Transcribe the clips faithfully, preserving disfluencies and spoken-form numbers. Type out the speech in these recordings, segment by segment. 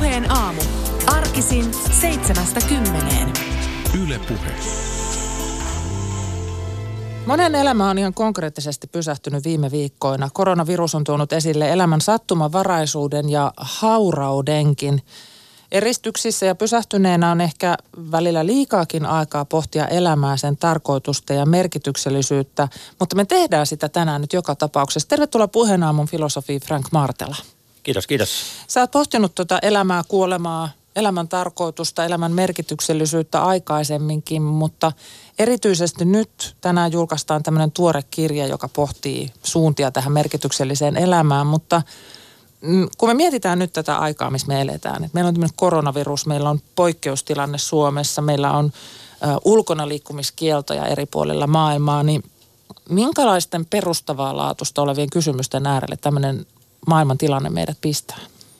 Puheen aamu. Arkisin seitsemästä kymmeneen. Yle Puhe. Monen elämä on ihan konkreettisesti pysähtynyt viime viikkoina. Koronavirus on tuonut esille elämän sattumanvaraisuuden ja hauraudenkin. Eristyksissä ja pysähtyneenä on ehkä välillä liikaakin aikaa pohtia elämää, sen tarkoitusta ja merkityksellisyyttä, mutta me tehdään sitä tänään nyt joka tapauksessa. Tervetuloa Puheen aamun filosofi Frank Martela. Kiitos, kiitos. Sä oot pohtinut tuota elämää, kuolemaa, elämän tarkoitusta, elämän merkityksellisyyttä aikaisemminkin, mutta erityisesti nyt tänään julkaistaan tämmöinen tuore kirja, joka pohtii suuntia tähän merkitykselliseen elämään, mutta kun me mietitään nyt tätä aikaa, missä me eletään, että meillä on tämmöinen koronavirus, meillä on poikkeustilanne Suomessa, meillä on ä, ulkona liikkumiskieltoja eri puolilla maailmaa, niin minkälaisten perustavaa laatusta olevien kysymysten äärelle tämmöinen maailman tilanne meidät pistää?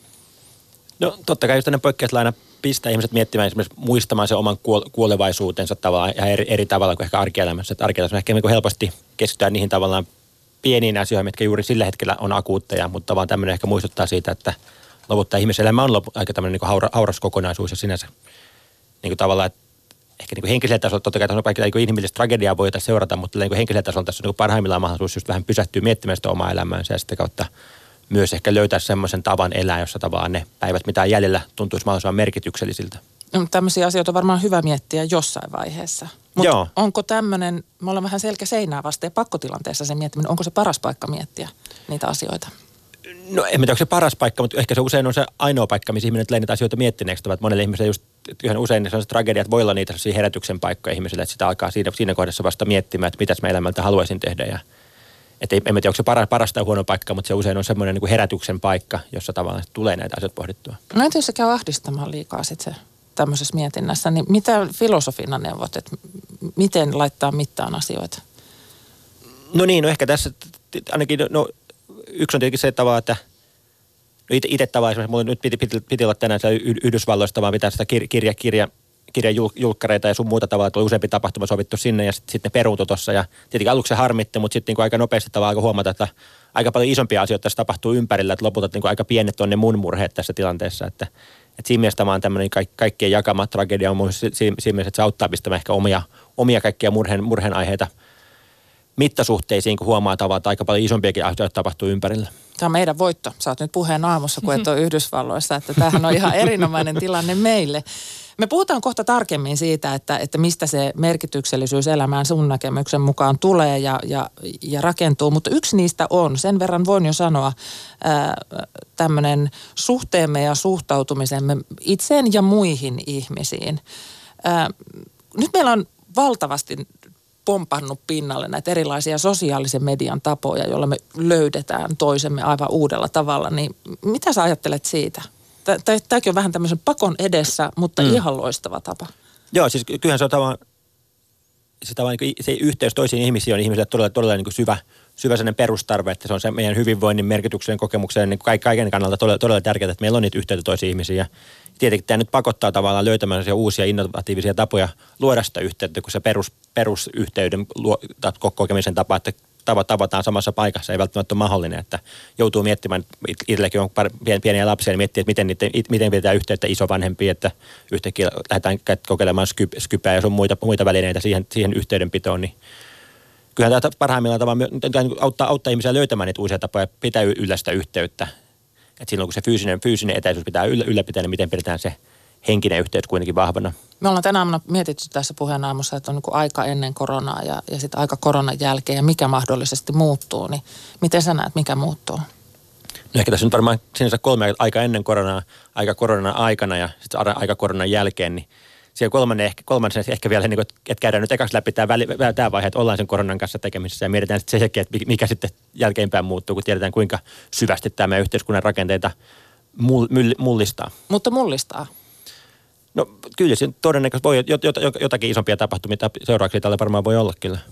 No totta kai just tämmöinen poikkeuslaina pistää ihmiset miettimään esimerkiksi muistamaan se oman kuole- kuolevaisuutensa tavallaan ihan eri, eri tavalla kuin ehkä arkielämässä. Että arkielämässä ehkä niin helposti keskitytään niihin tavallaan pieniin asioihin, mitkä juuri sillä hetkellä on akuutteja, mutta vaan tämmöinen ehkä muistuttaa siitä, että loputtaa ihmiselämä on lopu, aika tämmöinen niin haura, hauras kokonaisuus ja sinänsä niin kuin tavallaan, että ehkä niin kuin henkisellä tasolla, totta kai tässä on kaikilla niin inhimillistä tragediaa voi seurata, mutta niin kuin henkisellä tasolla tässä on niin kuin parhaimmillaan mahdollisuus just vähän pysähtyä miettimään sitä omaa elämäänsä ja sitä kautta myös ehkä löytää semmoisen tavan elää, jossa tavallaan ne päivät, mitä on jäljellä, tuntuisi mahdollisimman merkityksellisiltä. No, tämmöisiä asioita on varmaan hyvä miettiä jossain vaiheessa. Mutta onko tämmöinen, me ollaan vähän selkä seinää vasta ja pakkotilanteessa sen miettiminen, onko se paras paikka miettiä niitä asioita? No en tiedä, onko se paras paikka, mutta ehkä se usein on se ainoa paikka, missä ihminen tulee niitä asioita miettineeksi. Monelle ihmiselle just yhden usein sellaiset tragediat voi olla niitä herätyksen paikkoja ihmisille, että sitä alkaa siinä, siinä kohdassa vasta miettimään, että mitäs mä elämältä haluaisin tehdä. Ja, että en tiedä, onko se paras, paras tai huono paikka, mutta se usein on semmoinen niin kuin herätyksen paikka, jossa tavallaan tulee näitä asioita pohdittua. No entä jos se käy ahdistamaan liikaa sitten se tämmöisessä mietinnässä, niin mitä filosofina neuvot, että miten laittaa mittaan asioita? No niin, no ehkä tässä ainakin, no yksi on tietenkin se tavalla, että no itse tavallaan esimerkiksi, mulla nyt piti, piti, piti olla tänään Yhdysvalloista vaan pitää sitä kir, kirja, kirja, kirjajulkkareita ja sun muuta tavalla, että oli useampi tapahtuma sovittu sinne ja sitten sit ne peruuntui tuossa ja tietenkin aluksi se harmitti, mutta sitten niin aika nopeasti tavallaan alkoi huomata, että aika paljon isompia asioita tässä tapahtuu ympärillä, että lopulta niin aika pienet on ne mun murheet tässä tilanteessa, että Että siinä mielessä tämä on tämmöinen kaik- kaikkien jakama tragedia on mun siinä, siinä mielessä, että se auttaa pistämään ehkä omia, omia kaikkia murheen, murheen aiheita mittasuhteisiin, kun huomaa tavallaan, että aika paljon isompiakin asioita tapahtuu ympärillä. Tämä on meidän voitto. Sä oot nyt Puheen aamussa, kun et ole Yhdysvalloissa, että tämähän on ihan erinomainen tilanne meille. Me puhutaan kohta tarkemmin siitä, että, että mistä se merkityksellisyys elämään sun näkemyksen mukaan tulee ja, ja, ja rakentuu, mutta yksi niistä on, sen verran voin jo sanoa, tämmöinen suhteemme ja suhtautumisemme itseen ja muihin ihmisiin. Ää, nyt meillä on valtavasti pompannut pinnalle näitä erilaisia sosiaalisen median tapoja, joilla me löydetään toisemme aivan uudella tavalla, niin mitä sä ajattelet siitä? Tämäkin on vähän tämmöisen pakon edessä, mutta mm. ihan loistava tapa. Joo, siis kyllähän se on tavallaan, se, tavallaan, se yhteys toisiin ihmisiin on ihmisille todella, todella niin kuin syvä, syvä sellainen perustarve, että se on se meidän hyvinvoinnin, merkityksen, kokemuksen, niin kuin kaiken kannalta todella, todella tärkeää, että meillä on niitä yhteyttä toisiin ihmisiin. Ja tietenkin tämä nyt pakottaa tavallaan löytämään uusia innovatiivisia tapoja luoda sitä yhteyttä, kun se perus, perusyhteyden luo, kokemisen tapa, että tavataan samassa paikassa, ei välttämättä ole mahdollinen, että joutuu miettimään, itselläkin on pieniä lapsia, niin miettii, että miten, niiden, miten pidetään yhteyttä isovanhempiin, että yhtäkkiä lähdetään kokeilemaan skyp, skypää ja sun muita, muita välineitä siihen, siihen yhteydenpitoon, niin kyllähän tämä parhaimmillaan tavalla auttaa, auttaa ihmisiä löytämään niitä uusia tapoja pitää yllä sitä yhteyttä. Että silloin kun se fyysinen, fyysinen etäisyys pitää yllä, ylläpitää, niin miten pidetään se henkinen yhteys kuitenkin vahvana. Me ollaan tänä aamuna mietitty tässä Puheen aamussa, että on niin kuin aika ennen koronaa ja, ja sitten aika koronan jälkeen ja mikä mahdollisesti muuttuu. Niin miten sä näet, mikä muuttuu? No ehkä tässä nyt varmaan sinänsä kolme aika ennen koronaa, aika koronan aikana ja sitten aika koronan jälkeen, niin siellä kolmannen ehkä, kolmannen ehkä vielä, niin kuin, että käydään nyt ekaksi läpi tämä, väli, tämä vaihe, että ollaan sen koronan kanssa tekemisissä ja mietitään sitten se sekin, että mikä sitten jälkeenpäin muuttuu, kun tiedetään kuinka syvästi tämä meidän yhteiskunnan rakenteita mullistaa. Mutta mullistaa? No kyllä se todennäköisesti voi, jot, jot, jotakin isompia tapahtumia seurauksia tällä varmaan voi olla kyllä.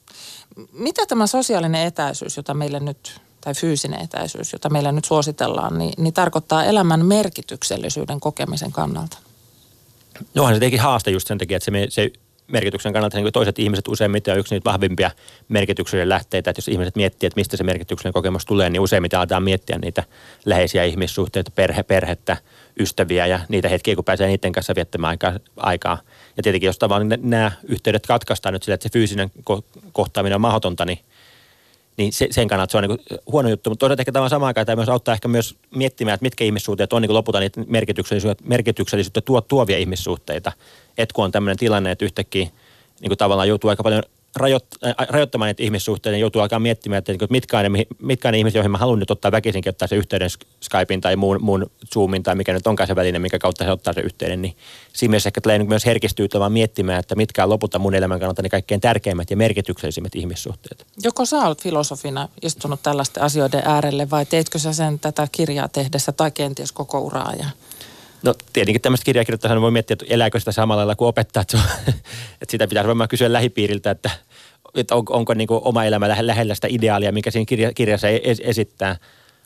Mitä tämä sosiaalinen etäisyys, jota meille nyt, tai fyysinen etäisyys, jota meillä nyt suositellaan, niin, niin tarkoittaa elämän merkityksellisyyden kokemisen kannalta? No onhan se tietenkin haaste just sen takia, että se, me, se merkityksen kannalta niin toiset ihmiset useimmiten on yksi niitä vahvimpia merkityksellisiä lähteitä. Että jos ihmiset miettii, että mistä se merkityksellinen kokemus tulee, niin useimmiten aletaan miettiä niitä läheisiä ihmissuhteita, perhe, perhettä, ystäviä ja niitä hetkiä, kun pääsee niiden kanssa viettämään aikaa. aikaa. Ja tietenkin, jos tavallaan nämä yhteydet katkaistaan nyt sillä, että se fyysinen kohtaaminen on mahdotonta, niin niin sen kannalta se on niin kuin huono juttu, mutta toisaalta ehkä tämä samaan aikaan tämä myös auttaa ehkä myös miettimään, että mitkä ihmissuhteet on niin kuin lopulta niitä merkityksellisyyttä, merkityksellisyyttä tuo, tuovia ihmissuhteita. Että kun on tämmöinen tilanne, että yhtäkkiä niin kuin tavallaan joutuu aika paljon rajoittamaan niitä ihmissuhteita, niin joutuu alkaa miettimään, että mitkä on, ne, mitkä on ne ihmiset, joihin mä haluan nyt ottaa väkisinkin, ottaa se yhteyden Skypein tai muun, muun Zoomin tai mikä nyt onkaan se väline, minkä kautta se ottaa se yhteyden. Niin siinä mielessä ehkä tulee myös herkistyy vaan miettimään, että mitkä on lopulta mun elämän kannalta ne kaikkein tärkeimmät ja merkityksellisimmät ihmissuhteet. Joko sä olet filosofina istunut tällaisten asioiden äärelle vai teitkö sä sen tätä kirjaa tehdessä tai kenties koko uraa? Ja... No tietenkin tämmöistä kirjakirjoittajana voi miettiä, että elääkö sitä samalla lailla kuin opettaa, että, että sitä pitäisi varmaan kysyä lähipiiriltä, että, että on, onko niin kuin oma elämä lähellä sitä ideaalia, mikä siinä kirja, kirjassa es, esittää.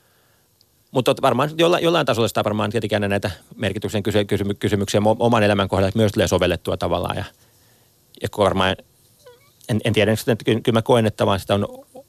Mutta varmaan jollain, jollain tasolla sitä varmaan tietenkin aina näitä merkityksen kysymy, kysymyksiä oman elämän kohdalla myös tulee sovellettua tavallaan. Ja, ja varmaan, en, en tiedä, että kyllä mä koen, että vaan sitä on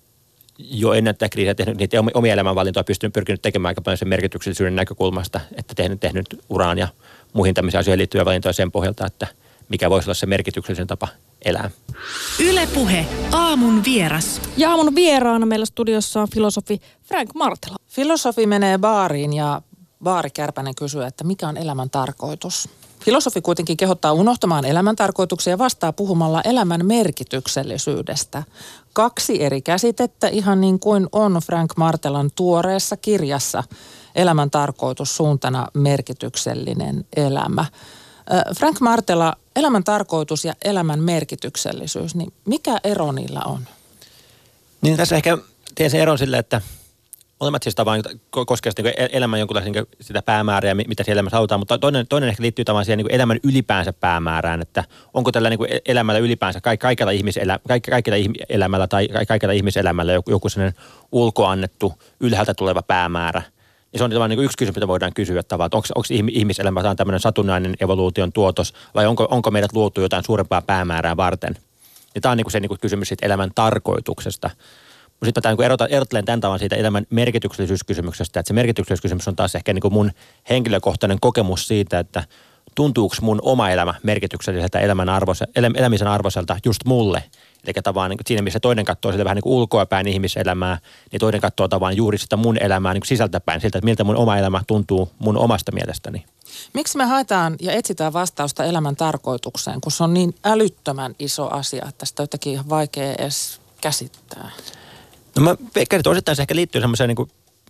jo ennen tätä kriisiä tehnyt niitä omia elämänvalintoja, pystynyt pyrkinyt tekemään aika paljon sen merkityksellisyyden näkökulmasta, että tehnyt, tehnyt uraan ja muihin tämmöisiin asioihin liittyviä valintoja sen pohjalta, että mikä voisi olla se merkityksellisen tapa elää. Yle Puhe, aamun vieras. Ja aamun vieraana meillä studiossa on filosofi Frank Martela. Filosofi menee baariin ja baarikärpänen kysyy, että mikä on elämän tarkoitus. Filosofi kuitenkin kehottaa unohtamaan elämän tarkoituksia ja vastaa puhumalla elämän merkityksellisyydestä. Kaksi eri käsitettä, ihan niin kuin on Frank Martelan tuoreessa kirjassa Elämän tarkoitus suuntana merkityksellinen elämä. Frank Martela, elämän tarkoitus ja elämän merkityksellisyys, niin mikä ero niillä on? Niin tässä ehkä teen sen eron sille, että molemmat siis tavallaan koskee sitä niin elämän jonkunlaista niin sitä päämäärää, mitä siellä elämässä halutaan, mutta toinen, toinen ehkä liittyy tavallaan siihen niin elämän ylipäänsä päämäärään, että onko tällä niin elämällä ylipäänsä kaikilla, ihmiselä, kaikilla elämällä tai kaikilla ihmiselämällä joku, joku sellainen ulkoannettu, ylhäältä tuleva päämäärä. Ja se on tavallaan niin yksi kysymys, mitä voidaan kysyä, että onko, onko ihmiselämä tämmöinen satunnainen evoluution tuotos vai onko, onko meidät luotu jotain suurempaa päämäärää varten. Ja tämä on niin se niin kysymys siitä elämän tarkoituksesta. Sitten mä tämän, erottelen tämän tavan siitä elämän merkityksellisyyskysymyksestä, että se merkityksellisyyskysymys on taas ehkä niin kuin mun henkilökohtainen kokemus siitä, että tuntuuko mun oma elämä merkitykselliseltä elämän arvoise, elämisen arvoiselta just mulle. Eli tavallaan niin siinä, missä toinen katsoo sitä vähän niin kuin ulkoapäin ihmiselämää, niin toinen katsoo tavallaan juuri sitä mun elämää niin kuin sisältäpäin, siltä, että miltä mun oma elämä tuntuu mun omasta mielestäni. Miksi me haetaan ja etsitään vastausta elämän tarkoitukseen, kun se on niin älyttömän iso asia, että sitä on jotenkin ihan vaikea edes käsittää? No mä veikkaan, että osittain se ehkä liittyy semmoiseen niin kuin,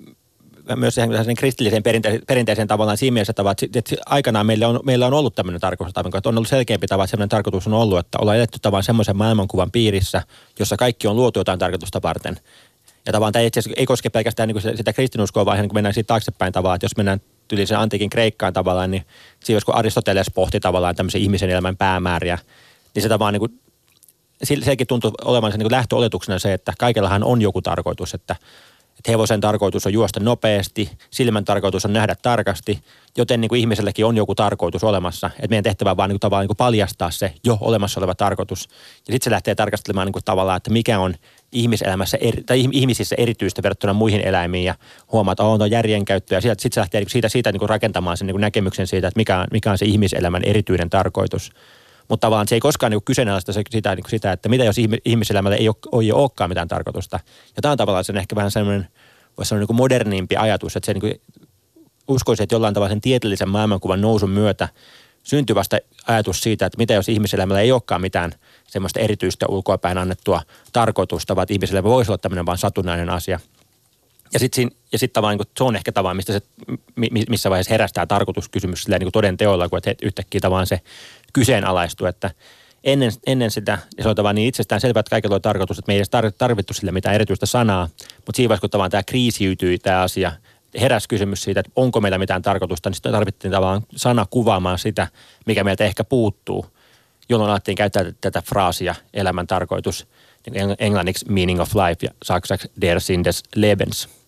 myös siihen kristilliseen perinteiseen, perinteiseen tavallaan siinä mielessä tavalla, että, että aikanaan meillä on, meillä on ollut tämmöinen tarkoitus, että on ollut selkeämpi tava, että semmoinen tarkoitus on ollut, että ollaan eletty tavallaan semmoisen maailmankuvan piirissä, jossa kaikki on luotu jotain tarkoitusta varten. Ja tavallaan tämä itse asiassa ei koske pelkästään niin kuin sitä kristinuskoa, vaan kun mennään siitä taaksepäin tavallaan, että jos mennään yli sen antiikin Kreikkaan tavallaan, niin siinä kun Aristoteles pohti tavallaan tämmöisen ihmisen elämän päämääriä, niin se tavallaan niin kuin sekin tuntuu olevan se niin kuin lähtöoletuksena se, että kaikellahan on joku tarkoitus, että, että hevosen tarkoitus on juosta nopeasti, silmän tarkoitus on nähdä tarkasti, joten niin kuin ihmiselläkin on joku tarkoitus olemassa. Että meidän tehtävä on vaan niin kuin tavallaan niin kuin paljastaa se jo olemassa oleva tarkoitus. Ja sitten se lähtee tarkastelemaan niin kuin tavallaan, että mikä on ihmiselämässä eri, tai ihmisissä erityistä verrattuna muihin eläimiin ja huomaa, että on järjenkäyttö. Ja sitten se lähtee siitä, siitä niin kuin rakentamaan sen niin kuin näkemyksen siitä, että mikä on, mikä on se ihmiselämän erityinen tarkoitus. Mutta tavallaan se ei koskaan niin kyseenalaista sitä, niin sitä, että mitä jos ihmiselämällä ei ole, ei olekaan mitään tarkoitusta. Ja tämä on tavallaan sen ehkä vähän sellainen, voisi sanoa niin modernimpi ajatus, että se niin kuin, uskoisi, että jollain tavalla sen tieteellisen maailmankuvan nousun myötä syntyy vasta ajatus siitä, että mitä jos ihmiselämällä ei olekaan mitään semmoista erityistä ulkoapäin annettua tarkoitusta, vaan ihmiselämä voisi olla tämmöinen vaan satunnainen asia. Ja sitten sit tavallaan niin se on ehkä tavallaan, mistä se, missä vaiheessa herästää tarkoituskysymys silleen, niin kuin toden teolla, kun että yhtäkkiä tavallaan se kyseenalaistuu, että ennen, ennen sitä se on tavallaan niin itsestään selvä, että kaikilla on tarkoitus, että me ei edes tarvittu sille mitään erityistä sanaa, mutta siinä vaiheessa, kun tavallaan tämä kriisiytyi tämä asia, heräsi kysymys siitä, että onko meillä mitään tarkoitusta, niin sitten tarvittiin tavallaan sana kuvaamaan sitä, mikä meiltä ehkä puuttuu, jolloin alettiin käyttää tätä fraasia elämän tarkoitus, englanniksi meaning of life ja saksaksi der Sinn des Lebens.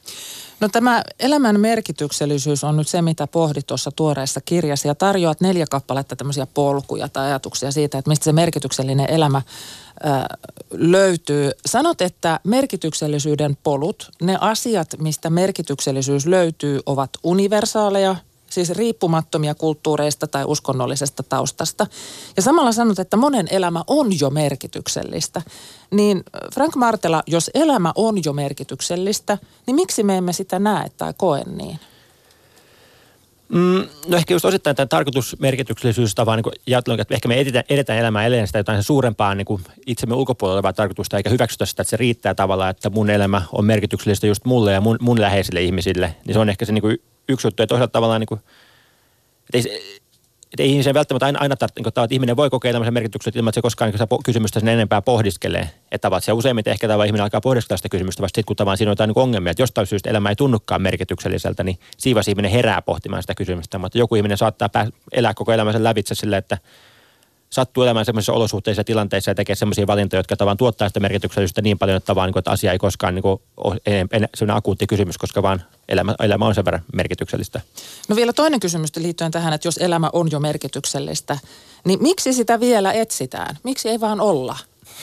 No tämä elämän merkityksellisyys on nyt se, mitä pohdit tuossa tuoreessa kirjassa ja tarjoat neljä kappaletta tämmöisiä polkuja tai ajatuksia siitä, että mistä se merkityksellinen elämä ää, löytyy. Sanot, että merkityksellisyyden polut, ne asiat, mistä merkityksellisyys löytyy, ovat universaaleja, siis riippumattomia kulttuureista tai uskonnollisesta taustasta. Ja samalla sanot, että monen elämä on jo merkityksellistä. Niin Frank Martela, jos elämä on jo merkityksellistä, niin miksi me emme sitä näe tai koe niin? Mm, no ehkä just osittain tämän tarkoitusmerkityksellisyys tavallaan niin ajattelun, että ehkä me edetään, edetään elämää edelleen sitä jotain suurempaa niin kuin itsemme ulkopuolella olevaa tarkoitusta, eikä hyväksytä sitä, että se riittää tavallaan, että mun elämä on merkityksellistä just mulle ja mun, mun läheisille ihmisille. Niin se on ehkä se niin kuin yksi juttu, ja toisaalta tavallaan niin kuin, että ei, että ei ihmisen välttämättä aina, aina tarvitse, niin kuin, että ihminen voi kokea elämänsä merkitykset ilman, että se koskaan niin kuin, kysymystä sen enempää pohdiskelee. Että tavallaan se useimmiten ehkä tavallaan ihminen alkaa pohdiskella sitä kysymystä, vasta sitten kun tavallaan siinä on jotain niin ongelmia, että jostain syystä elämä ei tunnukaan merkitykselliseltä, niin siivas ihminen herää pohtimaan sitä kysymystä. Mutta joku ihminen saattaa pää, elää koko elämänsä lävitse sille, että sattuu elämään semmoisissa olosuhteissa ja tilanteissa ja tekee semmoisia valintoja, jotka tavallaan tuottaa sitä merkityksellisyyttä niin paljon, että, tavallaan, että asia ei koskaan niin kuin, ole sellainen akuutti kysymys, koska vaan elämä, elämä on sen verran merkityksellistä. No vielä toinen kysymys liittyen tähän, että jos elämä on jo merkityksellistä, niin miksi sitä vielä etsitään? Miksi ei vaan olla?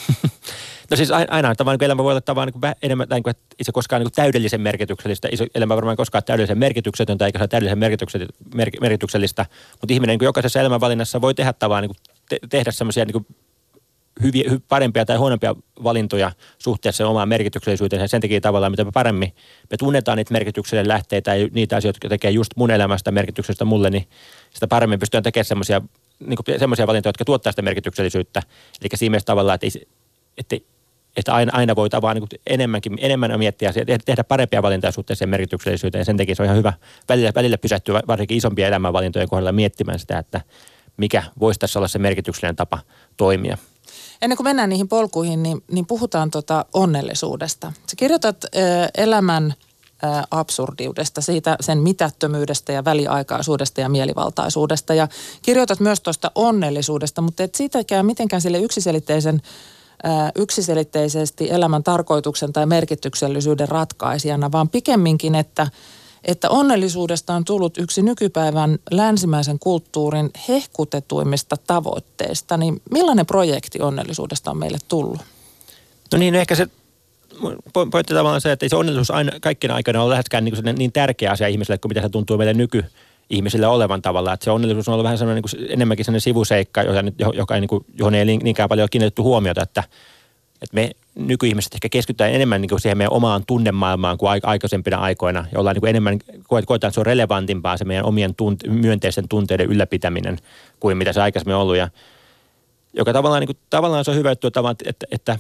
No siis aina tavallaan niin elämä voi olla tavallaan niin enemmän, niin kuin, että ei se koskaan niin täydellisen merkityksellistä. Elämä varmaan koskaan täydellisen merkityksetöntä eikä se täydellisen merkityksellistä, mutta ihminen niin jokaisessa elämänvalinnassa voi tehdä tavallaan niin te- tehdä semmoisia niin hyviä, hy, parempia tai huonompia valintoja suhteessa omaan merkityksellisyyteen. Sen takia tavallaan, mitä me paremmin me tunnetaan niitä merkityksellisiä lähteitä ja niitä asioita, jotka tekee just mun elämästä merkityksestä mulle, niin sitä paremmin pystytään tekemään semmoisia niin semmoisia valintoja, jotka tuottaa sitä merkityksellisyyttä. Eli siinä mielessä tavallaan, että, ei, että, että aina, aina voi tavallaan niin enemmänkin, enemmän miettiä ja tehdä parempia valintoja suhteessa merkityksellisyyteen. Ja sen takia se on ihan hyvä välillä, välillä pysähtyä varsinkin isompia elämänvalintojen kohdalla miettimään sitä, että mikä voisi tässä olla se merkityksellinen tapa toimia. Ennen kuin mennään niihin polkuihin, niin, niin puhutaan tota onnellisuudesta. Sä kirjoitat äh, elämän äh, absurdiudesta, siitä sen mitättömyydestä ja väliaikaisuudesta ja mielivaltaisuudesta. Ja kirjoitat myös tuosta onnellisuudesta, mutta et siitäkään mitenkään sille yksiselitteisen, äh, yksiselitteisesti elämän tarkoituksen tai merkityksellisyyden ratkaisijana, vaan pikemminkin, että että onnellisuudesta on tullut yksi nykypäivän länsimäisen kulttuurin hehkutetuimmista tavoitteista. Niin millainen projekti onnellisuudesta on meille tullut? No niin, ehkä se pointti tavallaan se, että ei se onnellisuus aina, kaikkina aikana ole läheskään niin, niin tärkeä asia ihmiselle, kuin mitä se tuntuu meille nykyihmisille olevan tavallaan. Että se onnellisuus on ollut vähän sellainen, niin kuin, enemmänkin sellainen sivuseikka, joka, joka ei, niin kuin, johon ei niinkään paljon ole kiinnitetty huomiota, että että me nykyihmiset ehkä keskitytään enemmän niin kuin siihen meidän omaan tunnemaailmaan kuin aikaisempina aikoina. Ja ollaan niin kuin enemmän, koetaan, että se on relevantimpaa se meidän omien tunt, myönteisten tunteiden ylläpitäminen kuin mitä se aikaisemmin on ollut. Ja joka tavallaan, niin kuin, tavallaan se on hyvä juttu, että, että, että,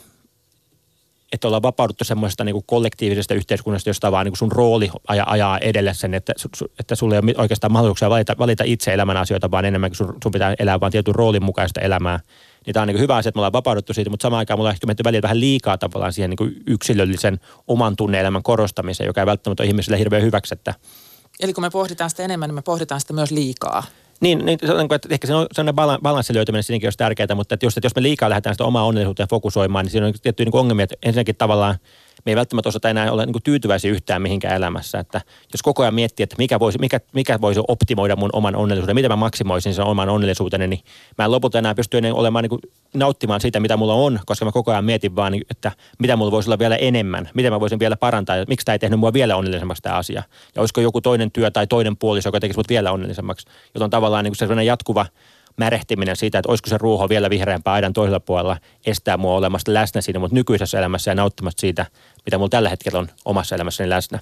että ollaan vapauduttu semmoisesta niin kuin kollektiivisesta yhteiskunnasta, josta vaan niin kuin sun rooli ajaa, ajaa edelle sen, että, että sulla ei ole oikeastaan mahdollisuuksia valita, valita itse elämän asioita, vaan enemmänkin sun, sun pitää elää vaan tietyn roolin mukaista elämää. Niin tämä on niin kuin hyvä asia, että me ollaan vapauduttu siitä, mutta samaan aikaan me ollaan ehkä menty välillä vähän liikaa tavallaan siihen niin kuin yksilöllisen oman tunne-elämän korostamiseen, joka ei välttämättä ole ihmisille hirveän hyväksi. Että eli kun me pohditaan sitä enemmän, niin me pohditaan sitä myös liikaa. Niin, niin että ehkä se on sellainen balanssi löytäminen siinäkin olisi tärkeää, mutta että jos, että jos me liikaa lähdetään sitä omaa onnellisuuteen fokusoimaan, niin siinä on tiettyjä niin kuin ongelmia, että ensinnäkin tavallaan me ei välttämättä osata enää olla niin kuin tyytyväisiä yhtään mihinkään elämässä. Että jos koko ajan miettii, että mikä voisi, mikä, mikä voisi optimoida mun oman onnellisuuden, miten mä maksimoisin sen oman onnellisuuteni, niin mä en lopulta enää pysty enää olemaan niin kuin nauttimaan siitä, mitä mulla on, koska mä koko ajan mietin vaan, että mitä mulla voisi olla vielä enemmän, miten mä voisin vielä parantaa ja miksi tämä ei tehnyt mua vielä onnellisemmaksi tämä asia. Ja olisiko joku toinen työ tai toinen puoliso, joka tekisi mut vielä onnellisemmaksi, jolloin tavallaan niin kuin sellainen jatkuva märehtiminen siitä, että olisiko se ruoho vielä vihreämpää aidan toisella puolella, estää mua olemasta läsnä siinä mut nykyisessä elämässä ja nauttimasta siitä, mitä mulla tällä hetkellä on omassa elämässäni läsnä.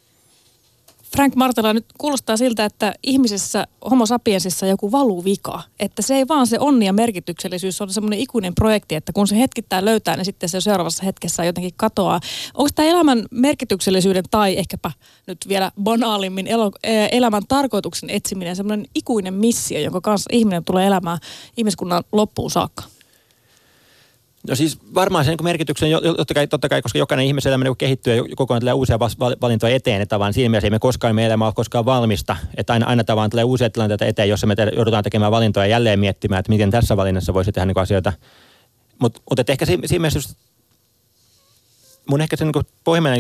Frank Martela, nyt kuulostaa siltä, että ihmisessä, homo sapiensissa joku valuvika. Että se ei vaan se onni ja merkityksellisyys on semmoinen ikuinen projekti, että kun se hetkittäin löytää, niin sitten se seuraavassa hetkessä jotenkin katoaa. Onko tämä elämän merkityksellisyyden tai ehkäpä nyt vielä banaalimmin elo, elämän tarkoituksen etsiminen semmoinen ikuinen missio, jonka kanssa ihminen tulee elämään ihmiskunnan loppuun saakka? No siis varmaan sen merkityksen, totta kai, totta kai koska jokainen ihmisen elämä kehittyy ja koko ajan tulee uusia valintoja eteen, että vaan siinä mielessä ei me koskaan, meidän elämä ole koskaan valmista, että aina, aina tavallaan tulee uusia tilanteita eteen, jossa me te, joudutaan tekemään valintoja ja jälleen miettimään, että miten tässä valinnassa voisi tehdä niin asioita. Mutta mut ehkä siinä, siinä mielessä just, mun ehkä se niin pohjimmainen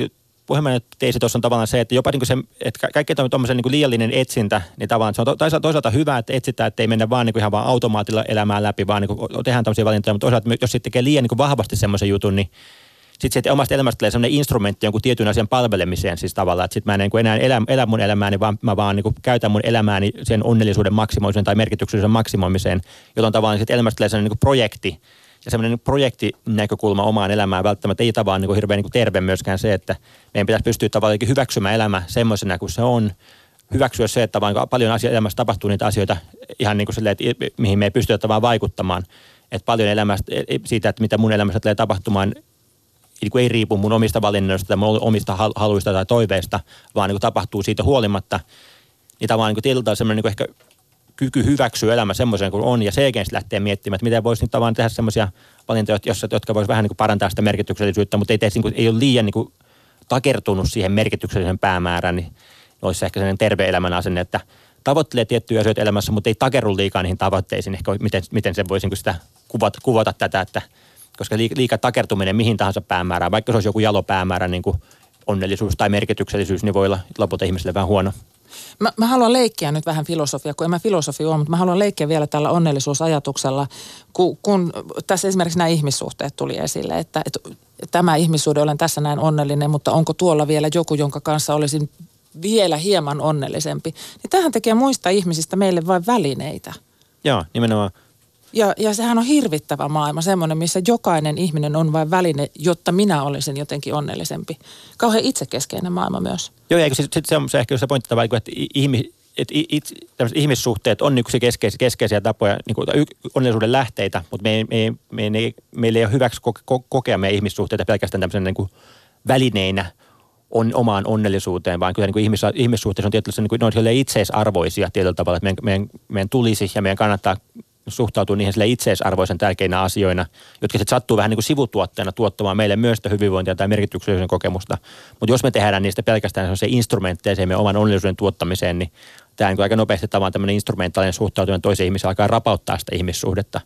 puhemiehen teesi tuossa on tavallaan se, että jopa niin kuin se, että kaikki tuommoisen niin kuin liiallinen etsintä, niin tavallaan se on toisaalta, toisaalta hyvä, että etsitään, että ei mennä vaan niin kuin ihan vaan automaatilla elämään läpi, vaan niin kuin tehdään tämmöisiä valintoja, mutta toisaalta jos sitten tekee liian niin kuin vahvasti semmoisen jutun, niin sitten se omasta elämästä tulee semmoinen instrumentti jonkun tietyn asian palvelemiseen siis tavallaan, että sitten mä en niin kuin enää elä, elä mun elämääni, vaan mä vaan niin kuin käytän mun elämääni sen onnellisuuden maksimoimiseen tai merkityksellisen maksimoimiseen, jolloin tavallaan sitten elämästä tulee semmoinen niin kuin projekti. Ja semmoinen projektinäkökulma omaan elämään välttämättä ei tavallaan niin kuin hirveän niin kuin terve myöskään se, että meidän pitäisi pystyä tavallaan hyväksymään elämä semmoisena kuin se on. Hyväksyä se, että vaan paljon asia, elämässä tapahtuu niitä asioita ihan niin kuin silleen, että mihin me ei pystytä vaan vaikuttamaan. Että paljon elämästä, siitä, että mitä mun elämässä tulee tapahtumaan, niin kuin ei riipu mun omista valinnoista tai mun omista haluista tai toiveista, vaan niin kuin tapahtuu siitä huolimatta. Niin tavallaan niin kuin tietyllä tavalla semmoinen niin kuin ehkä kyky hyväksyä elämä semmoisen kuin on ja selkeästi lähtee miettimään, että miten voisi nyt tavallaan tehdä semmoisia valintoja, jotka voisi vähän niin kuin parantaa sitä merkityksellisyyttä, mutta ei, tee, niin kuin, ei ole liian niin kuin takertunut siihen merkityksellisen päämäärään, niin olisi ehkä sellainen terve elämän asenne, että tavoittelee tiettyjä asioita elämässä, mutta ei takerru liikaa niihin tavoitteisiin, ehkä miten, miten se voisi niin kuin sitä kuvata, kuvata tätä, että koska liika takertuminen mihin tahansa päämäärään, vaikka se olisi joku jalo päämäärä, niin kuin onnellisuus tai merkityksellisyys, niin voi olla lopulta ihmiselle vähän huono. Mä, mä haluan leikkiä nyt vähän filosofia, kun en mä filosofi ole, mutta mä haluan leikkiä vielä tällä onnellisuusajatuksella, kun, kun tässä esimerkiksi nämä ihmissuhteet tuli esille, että, että tämä ihmissuhde, olen tässä näin onnellinen, mutta onko tuolla vielä joku, jonka kanssa olisin vielä hieman onnellisempi. Niin tämähän tekee muista ihmisistä meille vain välineitä. Joo, nimenomaan. Ja, ja sehän on hirvittävä maailma, semmoinen, missä jokainen ihminen on vain väline, jotta minä olisin jotenkin onnellisempi. Kauhean itsekeskeinen maailma myös. Joo, eikö sitten se on se ehkä se pointti, että, ihmis, että it, ihmissuhteet on yksi keskeisiä, keskeisiä tapoja, niin kuin onnellisuuden lähteitä, mutta me ei, me, me, me, meillä ei ole hyväksi kokea meidän ihmissuhteita pelkästään tämmöisen niin kuin välineinä on, omaan onnellisuuteen, vaan kyllä niin kuin ihmis, ihmissuhteissa on tietysti niin kuin, ne on itseisarvoisia tietyllä tavalla, että meidän, meidän, meidän tulisi ja meidän kannattaa suhtautuu niihin sille itseisarvoisen tärkeinä asioina, jotka sitten sattuu vähän niin kuin sivutuotteena tuottamaan meille myös sitä hyvinvointia tai merkityksellisen kokemusta. Mutta jos me tehdään niistä pelkästään se instrumentteja meidän oman onnellisuuden tuottamiseen, niin tämä niin aika nopeasti tavallaan tämmöinen instrumentaalinen suhtautuminen toiseen ihmiseen alkaa rapauttaa sitä ihmissuhdetta.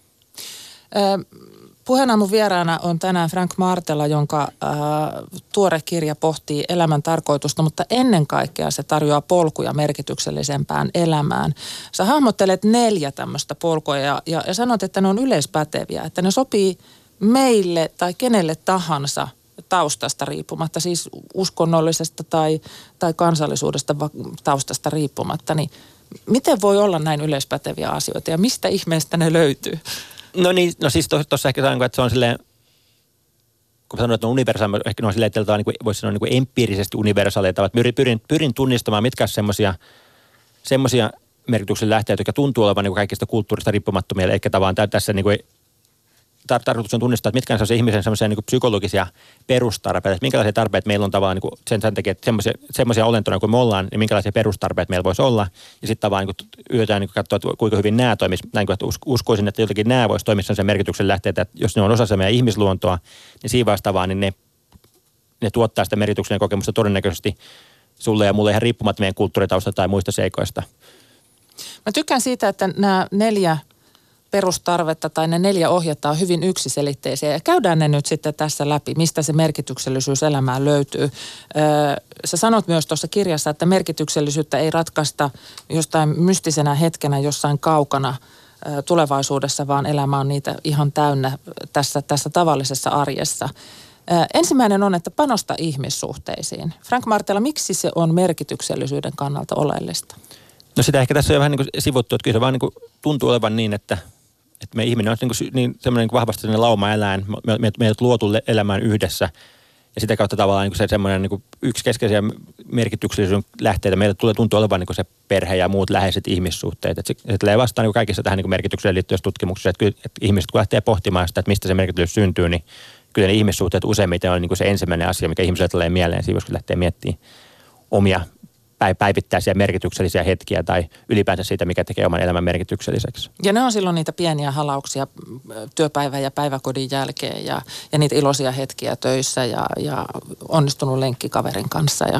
Ö, Puheenaamun vieraana on tänään Frank Martela, jonka äh, tuore kirja pohtii elämän tarkoitusta, mutta ennen kaikkea se tarjoaa polkuja merkityksellisempään elämään. Sä hahmottelet neljä tämmöistä polkua ja, ja, ja sanot, että ne on yleispäteviä, että ne sopii meille tai kenelle tahansa taustasta riippumatta, siis uskonnollisesta tai, tai kansallisuudesta taustasta riippumatta. Niin miten voi olla näin yleispäteviä asioita ja mistä ihmeestä ne löytyy? No niin, no siis tuossa ehkä sanon, että se on silleen, kun sanoin, että on universaali, ehkä ne on silleen, että niin kuin, voisi sanoa niin kuin empiirisesti universaaleita, että pyrin, pyrin tunnistamaan, mitkä on semmoisia semmoisia merkityksen lähteitä, jotka tuntuu olevan niin kuin kaikista kulttuurista riippumattomia, eli tavallaan tässä niin kuin tar- tarkoitus on tunnistaa, että mitkä on se ihmisen semmoisia niin kuin psykologisia perustarpeita, että minkälaisia tarpeita meillä on tavallaan niin kuin sen, sen takia, että semmoisia, semmoisia olentoja kuin me ollaan, niin minkälaisia perustarpeita meillä voisi olla. Ja sitten tavallaan niin kuin yritetään niin kuin katsoa, että kuinka hyvin nämä toimisi. Näin kuin, että uskoisin, että jotenkin nämä voisi toimia sen merkityksen lähteitä, että jos ne on osa se meidän ihmisluontoa, niin siinä vastaavaa, niin ne, ne tuottaa sitä merkityksen kokemusta todennäköisesti sulle ja mulle ihan riippumatta meidän kulttuuritausta tai muista seikoista. Mä tykkään siitä, että nämä neljä perustarvetta tai ne neljä ohjetta on hyvin yksiselitteisiä ja käydään ne nyt sitten tässä läpi, mistä se merkityksellisyys elämään löytyy. Sä sanot myös tuossa kirjassa, että merkityksellisyyttä ei ratkaista jostain mystisenä hetkenä jossain kaukana tulevaisuudessa, vaan elämä on niitä ihan täynnä tässä, tässä tavallisessa arjessa. Ensimmäinen on, että panosta ihmissuhteisiin. Frank Martela, miksi se on merkityksellisyyden kannalta oleellista? No sitä ehkä tässä on vähän niin kuin sivuttu, että kyllä se vaan niin kuin tuntuu olevan niin, että, että me ihminen on niin, kuin, niin semmoinen niin vahvasti sellainen lauma-eläin. Me, me, meidät luotu elämään yhdessä ja sitä kautta tavallaan niin kuin se semmoinen niin kuin yksi keskeisiä merkityksellisyyden lähteitä. Meille tulee tuntua olevan niin kuin se perhe ja muut läheiset ihmissuhteet. Että se, se tulee vastaan niin kuin kaikissa tähän niin kuin merkitykseen liittyvissä tutkimuksissa, että, kyllä, että ihmiset kun lähtee pohtimaan sitä, että mistä se merkitys syntyy, niin kyllä ne ihmissuhteet useimmiten on niin kuin se ensimmäinen asia, mikä ihmiselle tulee mieleen siinä, jos lähtee miettimään omia päivittäisiä merkityksellisiä hetkiä tai ylipäänsä siitä, mikä tekee oman elämän merkitykselliseksi. Ja ne on silloin niitä pieniä halauksia työpäivän ja päiväkodin jälkeen ja, ja niitä iloisia hetkiä töissä ja, ja onnistunut lenkki kaverin kanssa. Ja...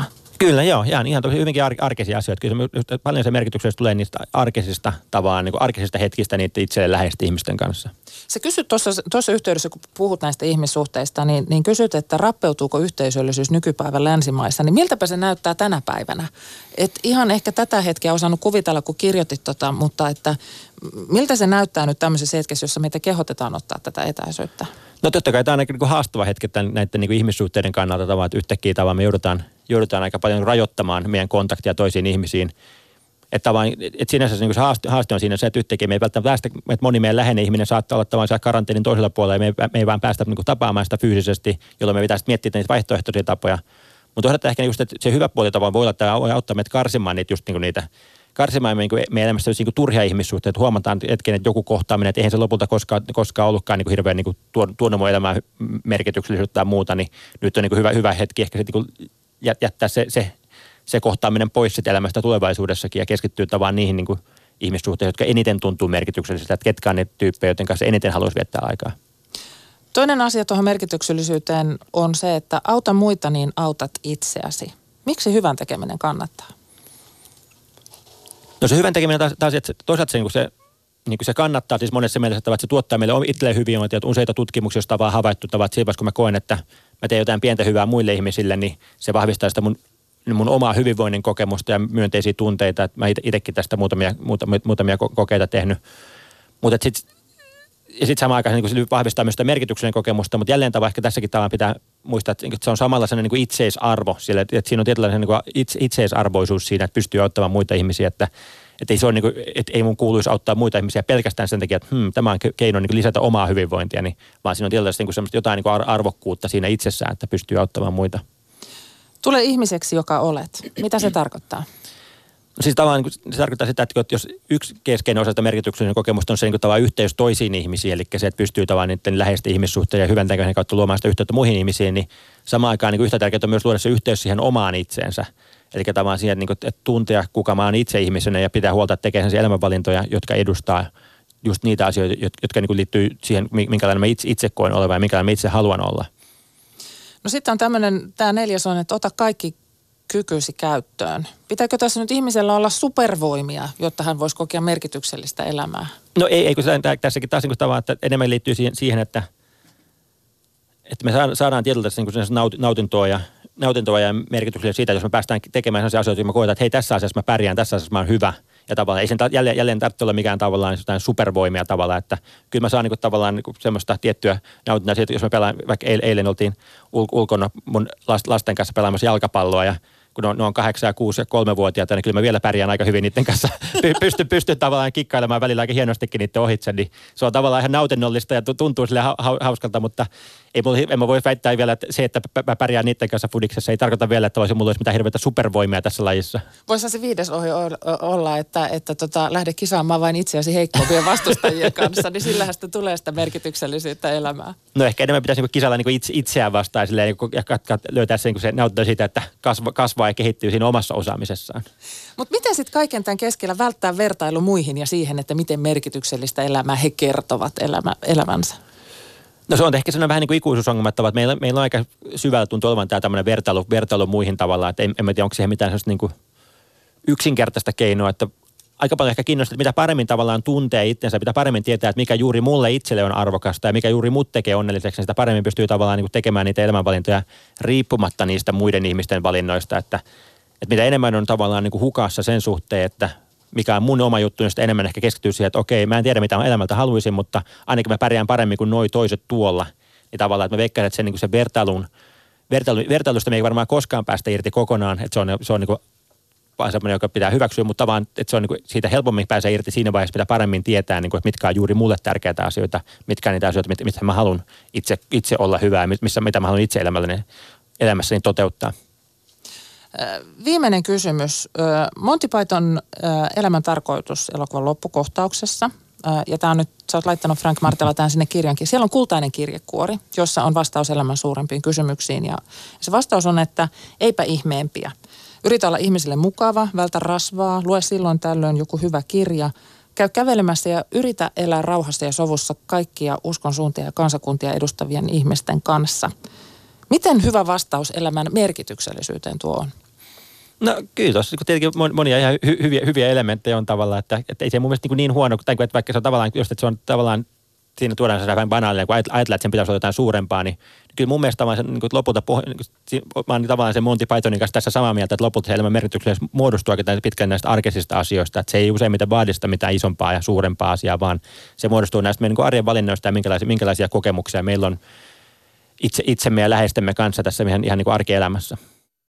Kyllä, joo. Ihan, ihan tosi hyvinkin ar- arkisia asioita. Kyllä se, just, paljon se merkityksellisyys tulee niistä arkisista tavallaan, niin kuin arkisista hetkistä niiden itselleen läheisten ihmisten kanssa. Sä kysyt tuossa yhteydessä, kun puhut näistä ihmissuhteista, niin, niin kysyt, että rappeutuuko yhteisöllisyys nykypäivän länsimaissa. Niin miltäpä se näyttää tänä päivänä? Et ihan ehkä tätä hetkeä osannut kuvitella, kun kirjoitit tota, mutta että miltä se näyttää nyt tämmöisessä hetkessä, jossa meitä kehotetaan ottaa tätä etäisyyttä? No totta kai tämä on niin haastava hetki tämän, näiden niin ihmissuhteiden kannalta tavallaan, että yhtäkkiä tavallaan me joudutaan, joudutaan aika paljon rajoittamaan meidän kontaktia toisiin ihmisiin. Että et sinänsä niin se haaste, haaste on siinä se, että yhtäkkiä me ei välttämättä päästä, että moni meidän läheinen ihminen saattaa olla tavallaan siellä karanteenin toisella puolella ja me ei, me ei vaan päästä niin tapaamaan sitä fyysisesti, jolloin me pitäisi miettiä niitä vaihtoehtoisia tapoja. Mutta toisaalta ehkä just, että se hyvä puoli tavallaan voi olla, että voi auttaa meitä karsimaan niitä just niin niitä karsimaan meidän, meidän elämässä niin turhia ihmissuhteita. Huomataan hetken, että joku kohtaaminen, että eihän se lopulta koskaan, koskaan ollutkaan niin hirveän niin tuonut mun elämään merkityksellisyyttä tai muuta, niin nyt on niin hyvä, hyvä hetki ehkä se, niin jättää se, se, se kohtaaminen pois sit elämästä tulevaisuudessakin ja keskittyy tavallaan niihin niin ihmissuhteisiin, jotka eniten tuntuu merkityksellisiltä, että ketkä on ne tyyppejä, joiden kanssa eniten haluaisi viettää aikaa. Toinen asia tuohon merkityksellisyyteen on se, että auta muita, niin autat itseäsi. Miksi hyvän tekeminen kannattaa? No se hyvän tekeminen taas, taas että toisaalta se, niin se, niin se kannattaa siis monessa mielessä, että se tuottaa meille itselleen hyvinvointia, että useita tutkimuksia, joista on vaan havaittu, että siinä vaiheessa, kun mä koen, että mä teen jotain pientä hyvää muille ihmisille, niin se vahvistaa sitä mun, mun omaa hyvinvoinnin kokemusta ja myönteisiä tunteita, että mä itsekin tästä muutamia, muutamia, muutamia kokeita tehnyt. Mutta sitten ja sitten samaan aikaan niin vahvistaa myös sitä merkityksellinen kokemusta, mutta jälleen tavalla ehkä tässäkin tavallaan pitää muistaa, että se on samalla sellainen niin itseisarvo, sillä, että siinä on tietynlainen niin itseisarvoisuus siinä, että pystyy auttamaan muita ihmisiä, että, että, ei, se ole, niin kuin, että ei mun kuuluisi auttaa muita ihmisiä pelkästään sen takia, että hmm, tämä on keino niin lisätä omaa hyvinvointia, niin, vaan siinä on tietynlaista niin jotain niin arvokkuutta siinä itsessään, että pystyy auttamaan muita. Tule ihmiseksi, joka olet. Mitä se tarkoittaa? No siis tavallaan se tarkoittaa sitä, että jos yksi keskeinen osa sitä merkityksellinen kokemusta on se niin tavallaan yhteys toisiin ihmisiin, eli se, että pystyy tavallaan niiden läheisten ihmissuhteen ja hyvän tekojen kautta luomaan sitä yhteyttä muihin ihmisiin, niin samaan aikaan niin yhtä tärkeää on myös luoda se yhteys siihen omaan itseensä. Eli tavallaan siihen, että tuntea, kuka mä oon itse ihmisenä ja pitää huolta, että tekee sellaisia elämänvalintoja, jotka edustaa just niitä asioita, jotka niin liittyy siihen, minkälainen mä itse, itse koen olevan ja minkälainen mä itse haluan olla. No sitten on tämmöinen, tämä neljäs on, että ota kaikki kykyisi käyttöön. Pitääkö tässä nyt ihmisellä olla supervoimia, jotta hän voisi kokea merkityksellistä elämää? No ei, ei kun tässäkin taas niin tavallaan, että enemmän liittyy siihen, että, että me saadaan tietyllä niin nautintoa ja, nautintoa ja merkityksellistä siitä, jos me päästään tekemään sellaisia asioita, että me koetaan, että hei, tässä asiassa mä pärjään, tässä asiassa mä oon hyvä. Ja tavallaan ei sen jälleen, jälleen tarvitse olla mikään tavallaan jotain supervoimia tavallaan, että kyllä mä saan niin kuin, tavallaan niin kuin semmoista tiettyä nautintoa siitä, jos me pelaan, vaikka eilen oltiin ul- ulkona mun lasten kanssa pelaamassa jalkapalloa ja kun on, ne on kahdeksan ja kuusi ja kolmevuotiaita, niin kyllä mä vielä pärjään aika hyvin niiden kanssa. Pystyn, pystyn tavallaan kikkailemaan välillä aika hienostikin niiden ohitse, niin se on tavallaan ihan nautinnollista ja tuntuu sille hauskalta, mutta ei mulla, en mä voi väittää vielä, että se, että mä pärjään niiden kanssa fudiksessa, ei tarkoita vielä, että olisi, mulla olisi mitään hirveätä supervoimia tässä lajissa. Voisihan se viides ohi olla, että, että tota, lähde kisaamaan vain itseäsi heikkompien vastustajien kanssa, niin sillähän sitä tulee sitä merkityksellisyyttä elämää. No ehkä enemmän pitäisi niin kisailla niin itse, itseään vastaan silleen, ja kat, kat, löytää se, niin se nautinto siitä, että kasva, kasvaa ja kehittyy siinä omassa osaamisessaan. Mutta miten sitten kaiken tämän keskellä välttää vertailu muihin ja siihen, että miten merkityksellistä elämää he kertovat elämä, elämänsä? No se on ehkä sellainen vähän niin kuin ikuisuusongelma, että meillä, meillä on aika syvällä tuntuu olevan tämä tämmöinen vertailu, vertailu muihin tavallaan, että en, en tiedä, onko siihen mitään sellaista niin kuin yksinkertaista keinoa, että aika paljon ehkä kiinnostaa, että mitä paremmin tavallaan tuntee itsensä, mitä paremmin tietää, että mikä juuri mulle itselle on arvokasta ja mikä juuri mut tekee onnelliseksi, niin sitä paremmin pystyy tavallaan niin kuin tekemään niitä elämänvalintoja riippumatta niistä muiden ihmisten valinnoista, että, että mitä enemmän on tavallaan niin kuin hukassa sen suhteen, että mikä on mun oma juttu, niin sitä enemmän ehkä keskittyy siihen, että okei, mä en tiedä mitä elämältä haluaisin, mutta ainakin mä pärjään paremmin kuin noi toiset tuolla. Niin tavallaan, että mä veikkaan, että sen, niin kuin se vertailun, vertailu, vertailusta me ei varmaan koskaan päästä irti kokonaan, että se on, se on niin kuin vaan semmoinen, joka pitää hyväksyä, mutta vaan, että se on niin kuin, siitä helpommin pääsee irti siinä vaiheessa, pitää paremmin tietää, niin kuin, että mitkä on juuri mulle tärkeitä asioita, mitkä on niitä asioita, mit, mitä mä haluan itse, itse olla hyvää ja missä, mitä mä haluan itse elämässäni, elämässäni toteuttaa. Viimeinen kysymys. Monty Python elämän tarkoitus elokuvan loppukohtauksessa. Ja tämä on nyt, sä oot laittanut Frank Martela tämän sinne kirjankin. Siellä on kultainen kirjekuori, jossa on vastaus elämän suurempiin kysymyksiin. Ja se vastaus on, että eipä ihmeempiä. Yritä olla ihmisille mukava, vältä rasvaa, lue silloin tällöin joku hyvä kirja. Käy kävelemässä ja yritä elää rauhassa ja sovussa kaikkia uskon suuntia ja kansakuntia edustavien ihmisten kanssa. Miten hyvä vastaus elämän merkityksellisyyteen tuo on? No kyllä tuossa tietenkin monia ihan hy- hyviä, hyviä elementtejä on tavallaan, että, että ei se mun mielestä niin, niin huono, tai että vaikka se on tavallaan, just että se on tavallaan, siinä tuodaan se vähän banaalia, kun ajatellaan, että sen pitäisi olla jotain suurempaa, niin kyllä mun mielestä tavallaan niin lopulta, niin mä oon tavallaan sen Monty Pythonin kanssa tässä samaa mieltä, että lopulta se elämän merkityksellä muodostuu aika pitkään näistä arkisista asioista, että se ei useimmiten vaadi sitä mitään isompaa ja suurempaa asiaa, vaan se muodostuu näistä meidän niin arjen valinnoista ja minkälaisia, minkälaisia kokemuksia meillä on itse, itsemme ja läheistemme kanssa tässä ihan, ihan niin kuin arkielämässä.